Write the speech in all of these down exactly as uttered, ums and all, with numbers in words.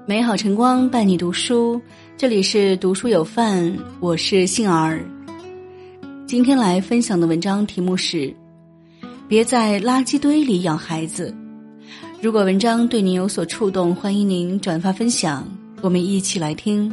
美好晨光伴你读书，这里是读书有范，我是杏儿。今天来分享的文章题目是别在垃圾堆里养孩子。如果文章对您有所触动，欢迎您转发分享，我们一起来听。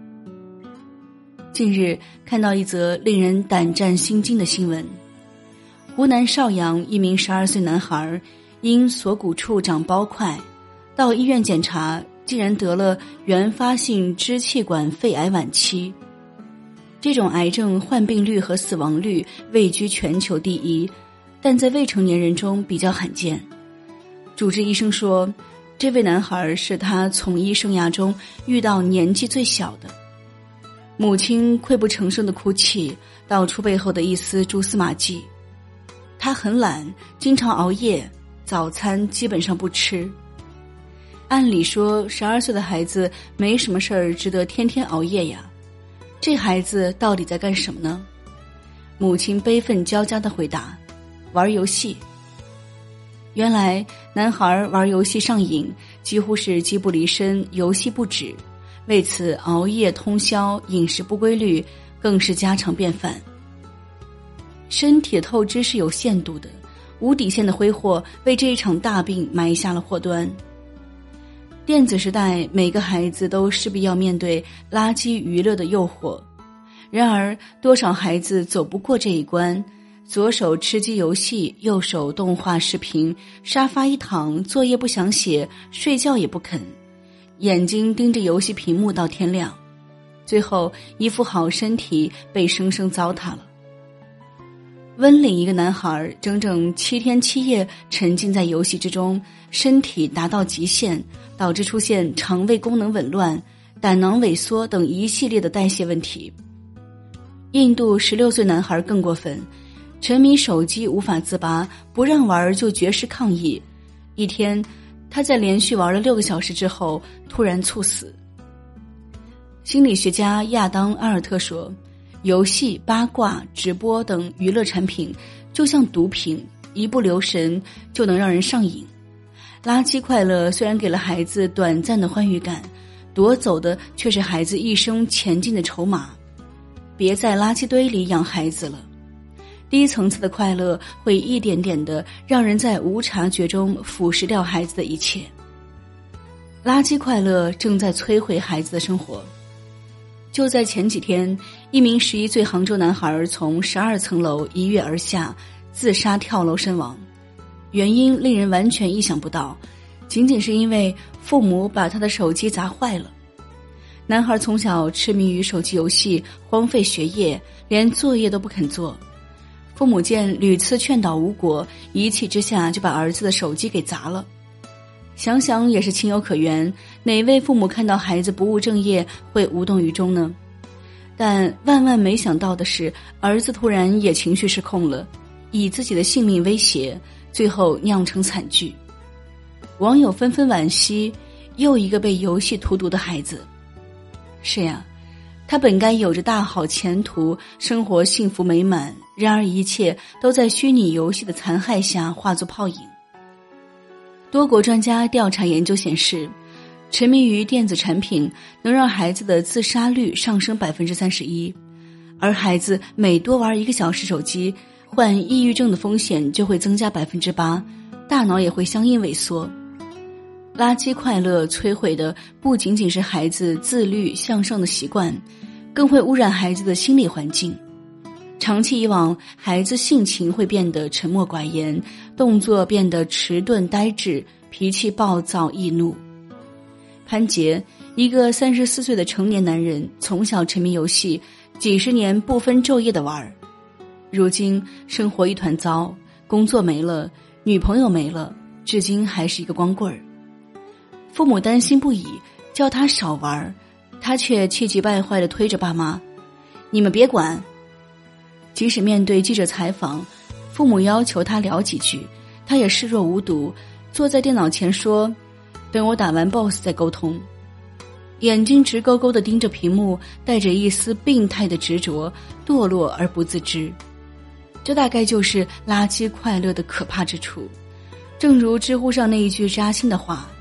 近日看到一则令人胆战心惊的新闻，湖南邵阳一名十二岁男孩因锁骨处长包块，到医院检查竟然得了原发性支气管肺癌晚期。这种癌症患病率和死亡率位居全球第一，但在未成年人中比较罕见。主治医生说，这位男孩是他从医生涯中遇到年纪最小的。母亲溃不成声的哭泣，道出背后的一丝蛛丝马迹。他很懒，经常熬夜，早餐基本上不吃。按理说十二岁的孩子没什么事儿值得天天熬夜呀，这孩子到底在干什么呢？母亲悲愤交加地回答，玩游戏。原来男孩玩游戏上瘾，几乎是机不离身，游戏不止，为此熬夜通宵，饮食不规律更是家常便饭。身体的透支是有限度的，无底线的挥霍为这一场大病埋下了祸端。电子时代，每个孩子都势必要面对垃圾娱乐的诱惑，然而多少孩子走不过这一关，左手吃鸡游戏，右手动画视频，沙发一躺，作业不想写，睡觉也不肯，眼睛盯着游戏屏幕到天亮，最后一副好身体被生生糟蹋了。温岭一个男孩整整七天七夜沉浸在游戏之中，身体达到极限，导致出现肠胃功能紊乱、胆囊萎缩等一系列的代谢问题。印度十六岁男孩更过分，沉迷手机无法自拔，不让玩就绝食抗议。一天，他在连续玩了六个小时之后突然猝死。心理学家亚当·阿尔特说，游戏、八卦、直播等娱乐产品就像毒品，一不留神就能让人上瘾。垃圾快乐虽然给了孩子短暂的欢愉感，夺走的却是孩子一生前进的筹码。别在垃圾堆里养孩子了。低层次的快乐会一点点的让人在无察觉中腐蚀掉孩子的一切。垃圾快乐正在摧毁孩子的生活。就在前几天，一名十一岁杭州男孩从十二层楼一跃而下，自杀跳楼身亡。原因令人完全意想不到，仅仅是因为父母把他的手机砸坏了。男孩从小痴迷于手机游戏，荒废学业，连作业都不肯做。父母见屡次劝导无果，一气之下就把儿子的手机给砸了。想想也是情有可原，哪位父母看到孩子不务正业会无动于衷呢？但万万没想到的是，儿子突然也情绪失控了，以自己的性命威胁，最后酿成惨剧。网友纷纷惋惜，又一个被游戏荼毒的孩子。是呀，他本该有着大好前途，生活幸福美满，然而一切都在虚拟游戏的残害下化作泡影。多国专家调查研究显示，沉迷于电子产品能让孩子的自杀率上升 百分之三十一， 而孩子每多玩一个小时手机，患抑郁症的风险就会增加 百分之八， 大脑也会相应萎缩。垃圾快乐摧毁的不仅仅是孩子自律向上的习惯，更会污染孩子的心理环境。长期以往，孩子性情会变得沉默寡言，动作变得迟钝呆滞，脾气暴躁易怒。潘杰，一个三十四岁的成年男人，从小沉迷游戏，几十年不分昼夜的玩，如今生活一团糟，工作没了，女朋友没了，至今还是一个光棍儿。父母担心不已，叫他少玩，他却气急败坏地推着爸妈，你们别管。即使面对记者采访，父母要求他聊几句，他也视若无睹，坐在电脑前说，等我打完 boss 再沟通。眼睛直勾勾地盯着屏幕，带着一丝病态的执着，堕落而不自知。这大概就是垃圾快乐的可怕之处。正如知乎上那一句扎心的话，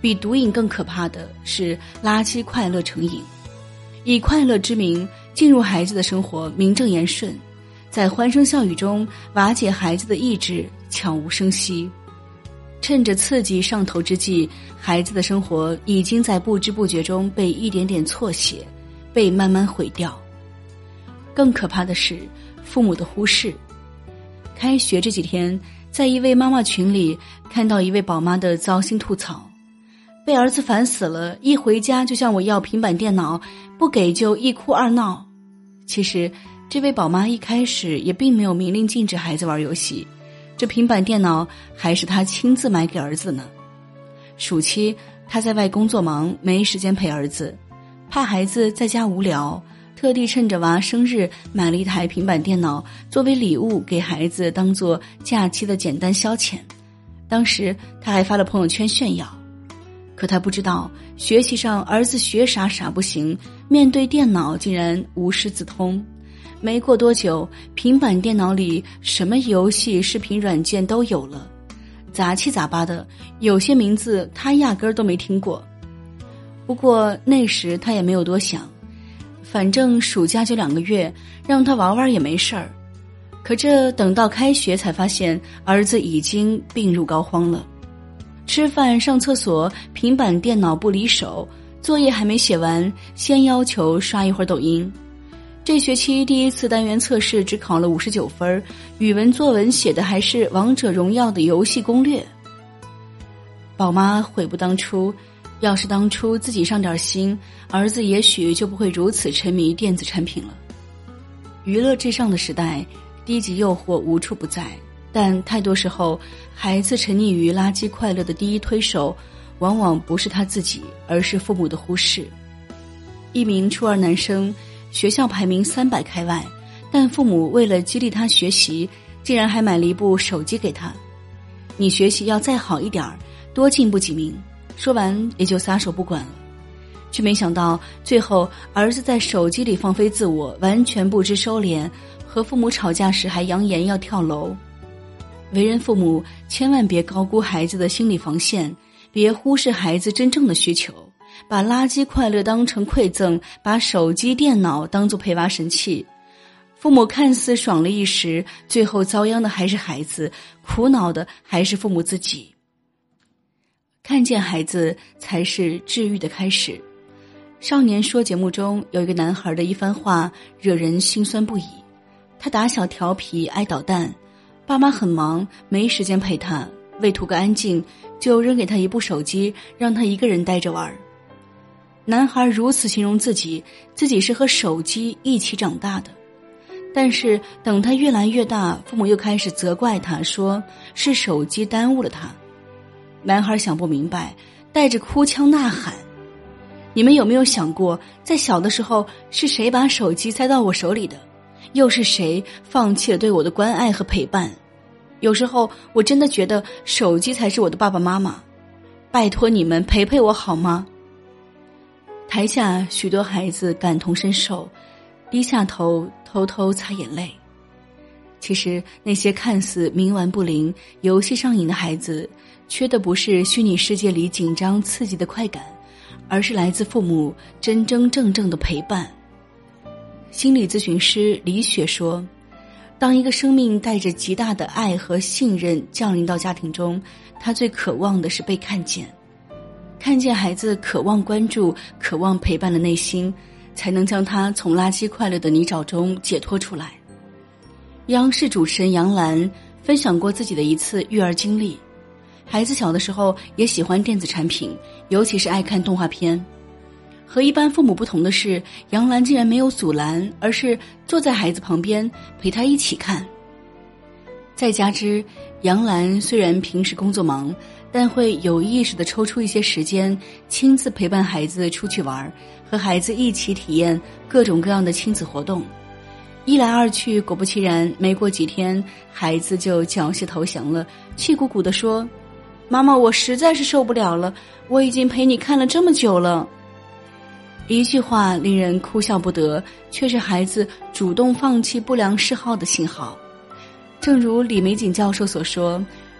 比毒瘾更可怕的是垃圾快乐成瘾，以快乐之名进入孩子的生活，名正言顺，在欢声笑语中瓦解孩子的意志，悄无声息。趁着刺激上头之际，孩子的生活已经在不知不觉中被一点点错写，被慢慢毁掉。更可怕的是父母的忽视。开学这几天，在一位妈妈群里看到一位宝妈的糟心吐槽，被儿子烦死了，一回家就向我要平板电脑，不给就一哭二闹。其实这位宝妈一开始也并没有明令禁止孩子玩游戏，这平板电脑还是她亲自买给儿子的呢。暑期她在外工作忙，没时间陪儿子，怕孩子在家无聊，特地趁着娃生日买了一台平板电脑作为礼物给孩子，当做假期的简单消遣。当时她还发了朋友圈炫耀。可她不知道，学习上儿子学啥啥不行，面对电脑竟然无师自通。没过多久，平板电脑里什么游戏、视频软件都有了，杂七杂八的，有些名字他压根儿都没听过。不过那时他也没有多想，反正暑假就两个月，让他玩玩也没事儿。可这等到开学才发现，儿子已经病入膏肓了。吃饭、上厕所，平板电脑不离手，作业还没写完，先要求刷一会儿抖音。这学期第一次单元测试只考了五十九分，语文作文写的还是王者荣耀的游戏攻略。宝妈悔不当初，要是当初自己上点心，儿子也许就不会如此沉迷电子产品了。娱乐至上的时代，低级诱惑无处不在，但太多时候，孩子沉溺于垃圾快乐的第一推手，往往不是他自己，而是父母的忽视。一名初二男生，学校排名三百开外，但父母为了激励他学习，竟然还买了一部手机给他。你学习要再好一点，多进步几名。说完也就撒手不管了，却没想到最后儿子在手机里放飞自我，完全不知收敛，和父母吵架时还扬言要跳楼。为人父母，千万别高估孩子的心理防线，别忽视孩子真正的需求，把垃圾快乐当成馈赠，把手机电脑当作陪娃神器。父母看似爽了一时，最后遭殃的还是孩子，苦恼的还是父母自己。看见孩子才是治愈的开始。少年说节目中有一个男孩的一番话惹人心酸不已。他打小调皮爱捣蛋，爸妈很忙没时间陪他，为图个安静就扔给他一部手机，让他一个人待着玩。男孩如此形容自己，自己是和手机一起长大的。但是等他越来越大，父母又开始责怪他，说是手机耽误了他。男孩想不明白，带着哭腔呐喊：你们有没有想过，在小的时候是谁把手机塞到我手里的？又是谁放弃了对我的关爱和陪伴？有时候我真的觉得手机才是我的爸爸妈妈，拜托你们陪陪我好吗？台下许多孩子感同身受，低下头偷偷擦眼泪。其实那些看似冥顽不灵、游戏上瘾的孩子，缺的不是虚拟世界里紧张刺激的快感，而是来自父母真真正正的陪伴。心理咨询师李雪说，当一个生命带着极大的爱和信任降临到家庭中，他最渴望的是被看见。看见孩子渴望关注、渴望陪伴的内心，才能将他从垃圾快乐的泥沼中解脱出来。央视主持人杨澜分享过自己的一次育儿经历。孩子小的时候也喜欢电子产品，尤其是爱看动画片。和一般父母不同的是，杨澜竟然没有阻拦，而是坐在孩子旁边陪他一起看。再加之杨澜虽然平时工作忙，但会有意识地抽出一些时间，亲自陪伴孩子出去玩，和孩子一起体验各种各样的亲子活动。一来二去，果不其然，没过几天，孩子就缴械投降了，气鼓鼓地说：妈妈，我实在是受不了了，我已经陪你看了这么久了。一句话令人哭笑不得，却是孩子主动放弃不良嗜好的信号。正如李玫瑾教授所说，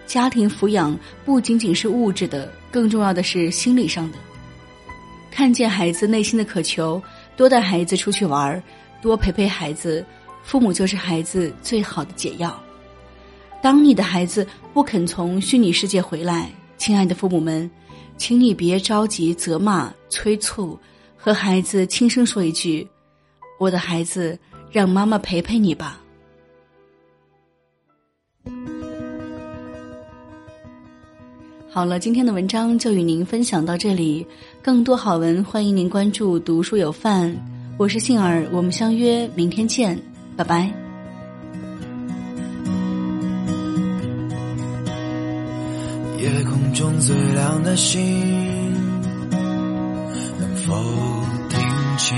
家庭抚养不仅仅是物质的，更重要的是心理上的。看见孩子内心的渴求，多带孩子出去玩，多陪陪孩子，父母就是孩子最好的解药。当你的孩子不肯从虚拟世界回来，亲爱的父母们，请你别着急责骂催促，和孩子轻声说一句，我的孩子，让妈妈陪陪你吧。好了，今天的文章就与您分享到这里，更多好文欢迎您关注读书有范，我是杏儿，我们相约明天见，拜拜。 夜空中最亮的星，能否听清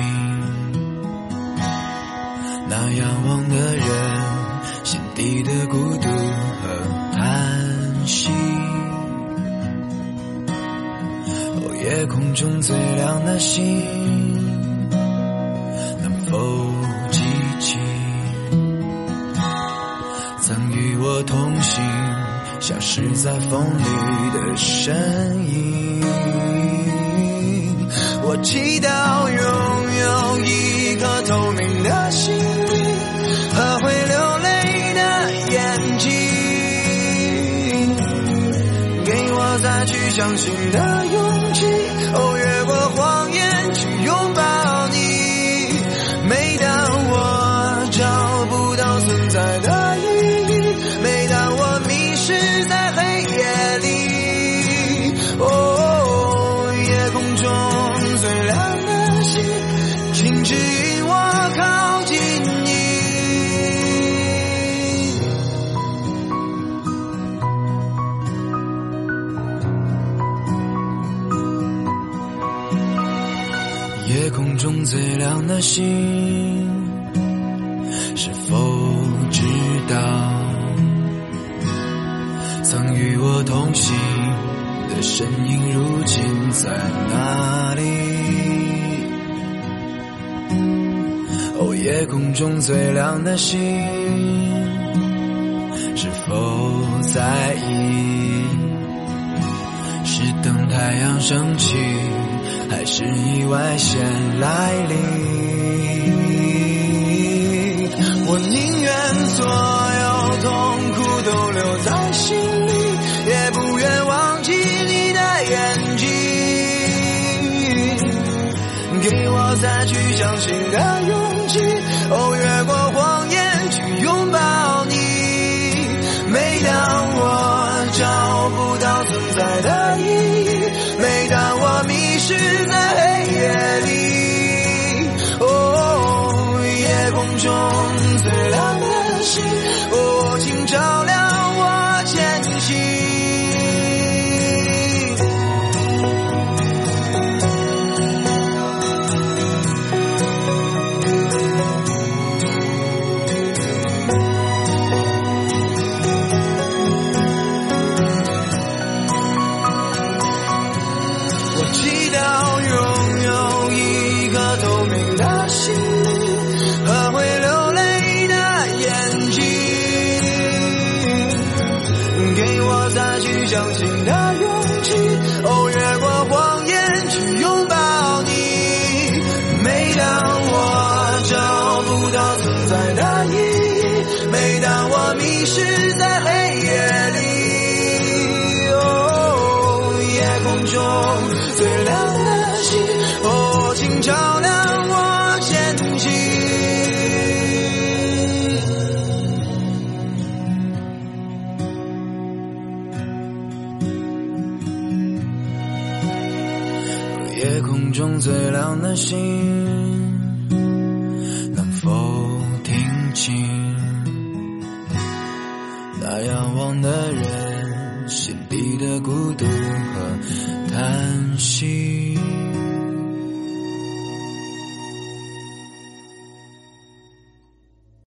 那仰望的人心底的孤独和叹息？夜空中最亮的星，能否记起曾与我同行消失在风里的身影？我祈祷拥有一颗透明的心灵和会流泪的眼睛，给我再去相信的勇气，哦，越过谎言去拥抱你。每当我找不到存在的意义，每当我迷失在黑夜里，哦，夜空中最亮的星，请指引我靠近你。夜空中最亮的星，是否知道曾与我同行的身影如今在哪里？哦，夜空中最亮的星，是否在意是等太阳升起，还是意外先来临？我宁愿所有痛苦都留在心里，也不愿忘记你的眼睛，给我再去相信的勇气，哦，越过谎言去拥抱你。每当我找不到存在的意义，每当我迷失在黑夜里，哦，夜空中最亮的星，哦，请照亮我前行。我祈祷拥有一颗透明的心灵和会流泪的眼睛，给我再去相信的勇气，哦，越过谎言去拥抱你。每当我找不到存在的意义，每当我迷失在黑夜里，哦，夜空中最亮的星，哦，请照亮我前行。夜空中最亮的星，能否听清那仰望的人心底的孤独和叹息？